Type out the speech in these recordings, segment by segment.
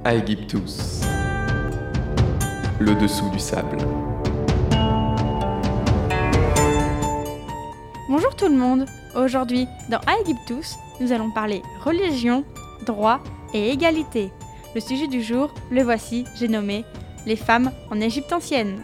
Aegyptus, le dessous du sable. Bonjour tout le monde. Aujourd'hui, dans Aegyptus, nous allons parler religion, droit et égalité. Le sujet du jour, le voici, j'ai nommé les femmes en Égypte ancienne.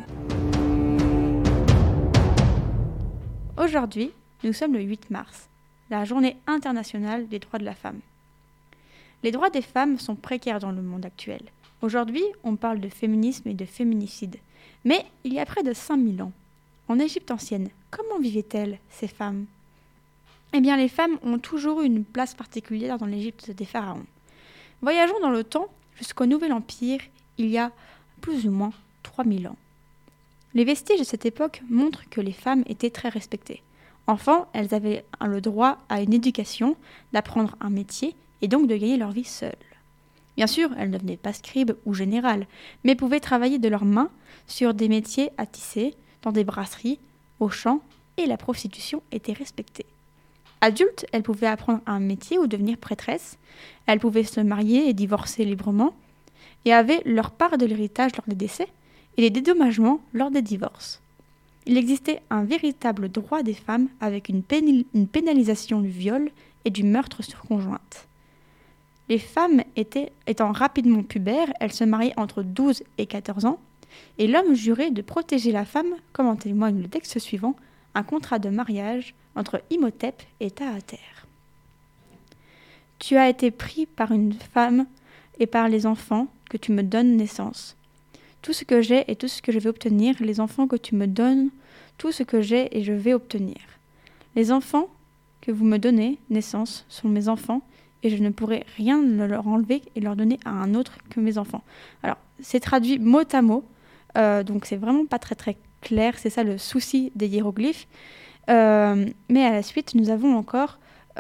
Aujourd'hui, nous sommes le 8 mars, la journée internationale des droits de la femme. Les droits des femmes sont précaires dans le monde actuel. Aujourd'hui, on parle de féminisme et de féminicide. Mais il y a près de 5000 ans, en Égypte ancienne, comment vivaient-elles, ces femmes ? Eh bien, les femmes ont toujours eu une place particulière dans l'Égypte des pharaons. Voyageons dans le temps jusqu'au Nouvel Empire, il y a plus ou moins 3000 ans. Les vestiges de cette époque montrent que les femmes étaient très respectées. Enfants, elles avaient le droit à une éducation, d'apprendre un métier et donc de gagner leur vie seules. Bien sûr, elles ne devenaient pas scribes ou générales, mais pouvaient travailler de leurs mains sur des métiers à tisser, dans des brasseries, au champ, et la prostitution était respectée. Adultes, elles pouvaient apprendre un métier ou devenir prêtresses, elles pouvaient se marier et divorcer librement, et avaient leur part de l'héritage lors des décès, et des dédommagements lors des divorces. Il existait un véritable droit des femmes avec une pénalisation du viol et du meurtre sur conjointe. Les femmes étant rapidement pubères, elles se mariaient entre 12 et 14 ans, et l'homme jurait de protéger la femme, comme en témoigne le texte suivant, un contrat de mariage entre Imhotep et Tahater. Tu as été pris par une femme et par les enfants que tu me donnes naissance. Tout ce que j'ai et tout ce que je vais obtenir, les enfants que tu me donnes, tout ce que j'ai et je vais obtenir. Les enfants que vous me donnez naissance sont mes enfants, et je ne pourrai rien leur enlever et leur donner à un autre que mes enfants. Alors, c'est traduit mot à mot, donc c'est vraiment pas très très clair, c'est ça le souci des hiéroglyphes. Mais à la suite, nous avons encore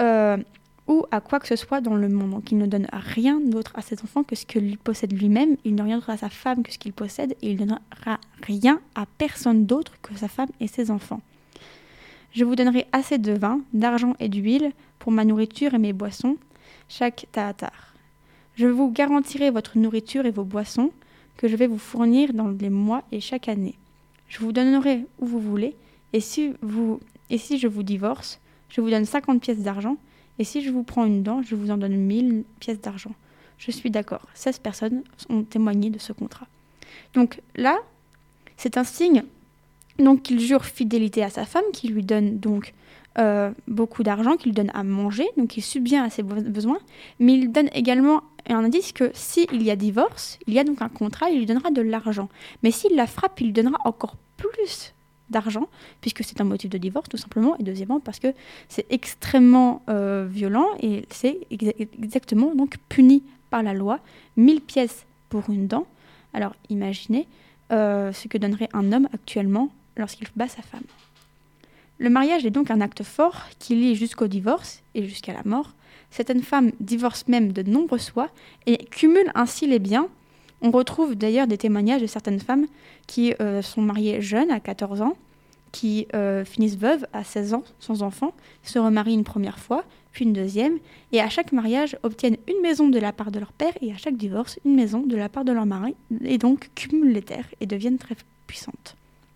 ou à quoi que ce soit dans le monde. Donc il ne donne rien d'autre à ses enfants que ce qu'il possède lui-même, il ne rien d'autre à sa femme que ce qu'il possède, et il ne donnera rien à personne d'autre que sa femme et ses enfants. Je vous donnerai assez de vin, d'argent et d'huile pour ma nourriture et mes boissons, chaque Tahatar. Je vous garantirai votre nourriture et vos boissons que je vais vous fournir dans les mois et chaque année. Je vous donnerai où vous voulez, et si je vous divorce, je vous donne 50 pièces d'argent, et si je vous prends une dent, je vous en donne 1000 pièces d'argent. Je suis d'accord. 16 personnes ont témoigné de ce contrat. Donc là, c'est un signe qu'il jure fidélité à sa femme, qui lui donne donc beaucoup d'argent, qui lui donne à manger, donc il subvient à ses besoins, mais il donne également un indice que s'il y a divorce, il y a donc un contrat, il lui donnera de l'argent. Mais s'il la frappe, il lui donnera encore plus d'argent, puisque c'est un motif de divorce tout simplement, et deuxièmement parce que c'est extrêmement violent et c'est exactement donc puni par la loi. 1000 pièces pour une dent. Alors imaginez ce que donnerait un homme actuellement lorsqu'il bat sa femme. Le mariage est donc un acte fort qui lie jusqu'au divorce et jusqu'à la mort. Certaines femmes divorcent même de nombreuses fois et cumulent ainsi les biens. On retrouve d'ailleurs des témoignages de certaines femmes qui sont mariées jeunes, à 14 ans, qui finissent veuves à 16 ans, sans enfants, se remarient une première fois, puis une deuxième, et à chaque mariage obtiennent une maison de la part de leur père, et à chaque divorce, une maison de la part de leur mari, et donc cumulent les terres et deviennent très puissantes.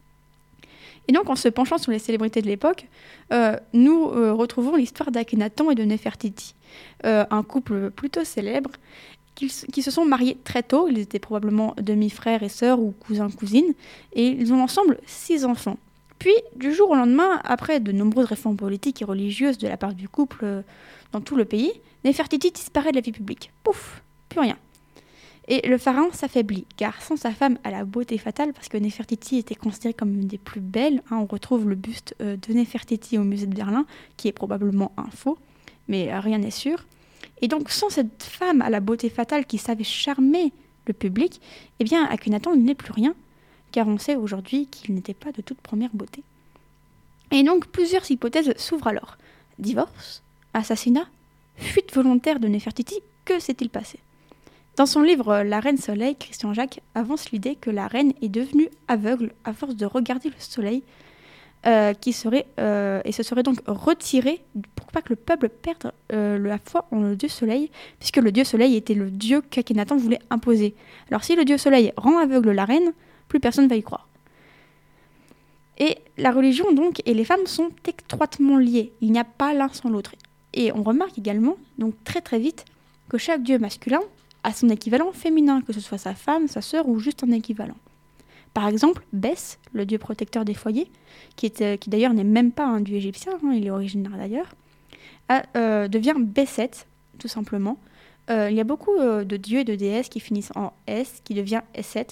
Et donc, en se penchant sur les célébrités de l'époque, nous retrouvons l'histoire d'Akhenaton et de Néfertiti, un couple plutôt célèbre, qui se sont mariés très tôt. Ils étaient probablement demi-frères et sœurs ou cousins-cousines, et ils ont ensemble 6 enfants. Puis, du jour au lendemain, après de nombreuses réformes politiques et religieuses de la part du couple dans tout le pays, Néfertiti disparaît de la vie publique. Pouf, plus rien. Et le pharaon s'affaiblit, car sans sa femme à la beauté fatale, parce que Néfertiti était considérée comme une des plus belles, on retrouve le buste de Néfertiti au musée de Berlin, qui est probablement un faux, mais rien n'est sûr. Et donc, sans cette femme à la beauté fatale qui savait charmer le public, eh bien, Akhenaton n'est plus rien, car on sait aujourd'hui qu'il n'était pas de toute première beauté. Et donc, plusieurs hypothèses s'ouvrent alors. Divorce, assassinat, fuite volontaire de Néfertiti, que s'est-il passé ? Dans son livre La Reine Soleil, Christian Jacques avance l'idée que la reine est devenue aveugle à force de regarder le soleil et se serait donc retiré pour pas que le peuple perde la foi en le dieu soleil, puisque le dieu soleil était le dieu qu'Akhenaton voulait imposer. Alors si le dieu soleil rend aveugle la reine, plus personne va y croire. Et la religion donc et les femmes sont étroitement liées, il n'y a pas l'un sans l'autre. Et on remarque également, donc très très vite, que chaque dieu masculin a son équivalent féminin, que ce soit sa femme, sa sœur ou juste un équivalent. Par exemple, Bès, le dieu protecteur des foyers, qui d'ailleurs n'est même pas un dieu égyptien, il est originaire d'ailleurs, devient Besset, tout simplement. Il y a beaucoup de dieux et de déesses qui finissent en S, qui devient Esset.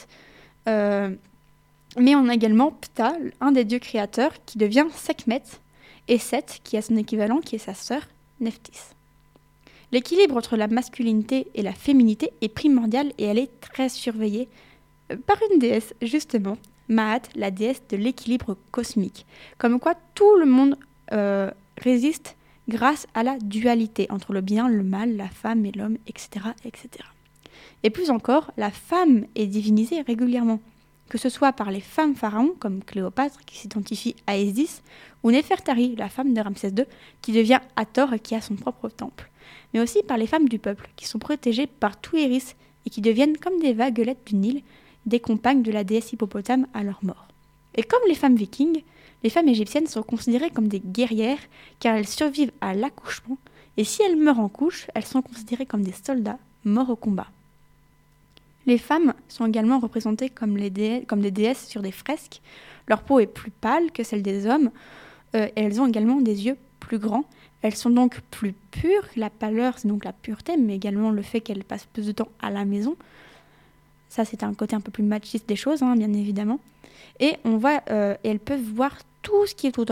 Mais on a également Ptah, un des dieux créateurs, qui devient Sekhmet, et Set, qui a son équivalent, qui est sa sœur, Nephthys. L'équilibre entre la masculinité et la féminité est primordial et elle est très surveillée par une déesse, justement, Maat, la déesse de l'équilibre cosmique. Comme quoi tout le monde résiste grâce à la dualité entre le bien, le mal, la femme et l'homme, etc., etc. Et plus encore, la femme est divinisée régulièrement, que ce soit par les femmes pharaons, comme Cléopâtre, qui s'identifie à Isis, ou Néfertari, la femme de Ramsès II, qui devient Hathor et qui a son propre temple. Mais aussi par les femmes du peuple, qui sont protégées par Tout-Iris et qui deviennent comme des vaguelettes du Nil, des compagnes de la déesse hippopotame à leur mort. Et comme les femmes vikings, les femmes égyptiennes sont considérées comme des guerrières car elles survivent à l'accouchement et si elles meurent en couche, elles sont considérées comme des soldats morts au combat. Les femmes sont également représentées comme des déesses sur des fresques. Leur peau est plus pâle que celle des hommes et elles ont également des yeux plus grands. Elles sont donc plus pures. La pâleur, c'est donc la pureté, mais également le fait qu'elles passent plus de temps à la maison. Ça, c'est un côté un peu plus machiste des choses, bien évidemment. Et elles peuvent voir tout ce qui est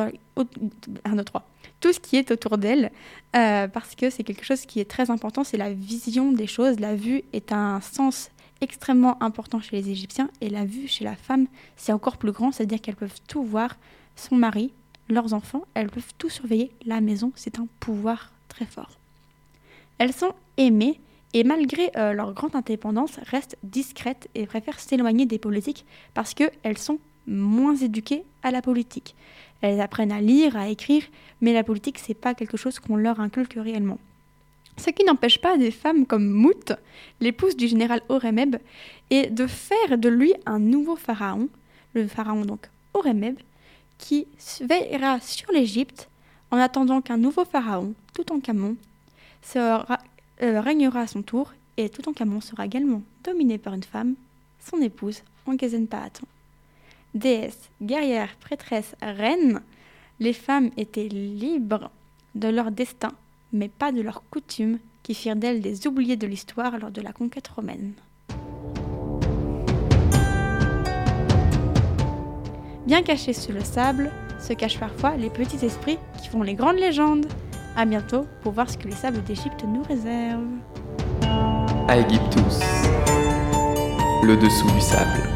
autour d'elles, parce que c'est quelque chose qui est très important, c'est la vision des choses. La vue est un sens extrêmement important chez les Égyptiens, et la vue chez la femme, c'est encore plus grand, c'est-à-dire qu'elles peuvent tout voir, son mari, leurs enfants, elles peuvent tout surveiller, la maison, c'est un pouvoir très fort. Elles sont aimées, et malgré leur grande indépendance, restent discrètes et préfèrent s'éloigner des politiques parce qu'elles sont moins éduquées à la politique. Elles apprennent à lire, à écrire, mais la politique, c'est pas quelque chose qu'on leur inculque réellement. Ce qui n'empêche pas des femmes comme Mout, l'épouse du général Horemheb, et de faire de lui un nouveau pharaon, le pharaon donc Horemheb, qui veillera sur l'Égypte en attendant qu'un nouveau pharaon, Toutankhamon, régnera à son tour, et Toutankhamon sera également dominé par une femme, son épouse, Ankhezentpaton. Déesse, guerrière, prêtresse, reine, les femmes étaient libres de leur destin, mais pas de leurs coutumes, qui firent d'elles des oubliées de l'histoire lors de la conquête romaine. Bien cachés sous le sable, se cachent parfois les petits esprits qui font les grandes légendes. À bientôt pour voir ce que les sables d'Égypte nous réservent. Aegyptus, le dessous du sable.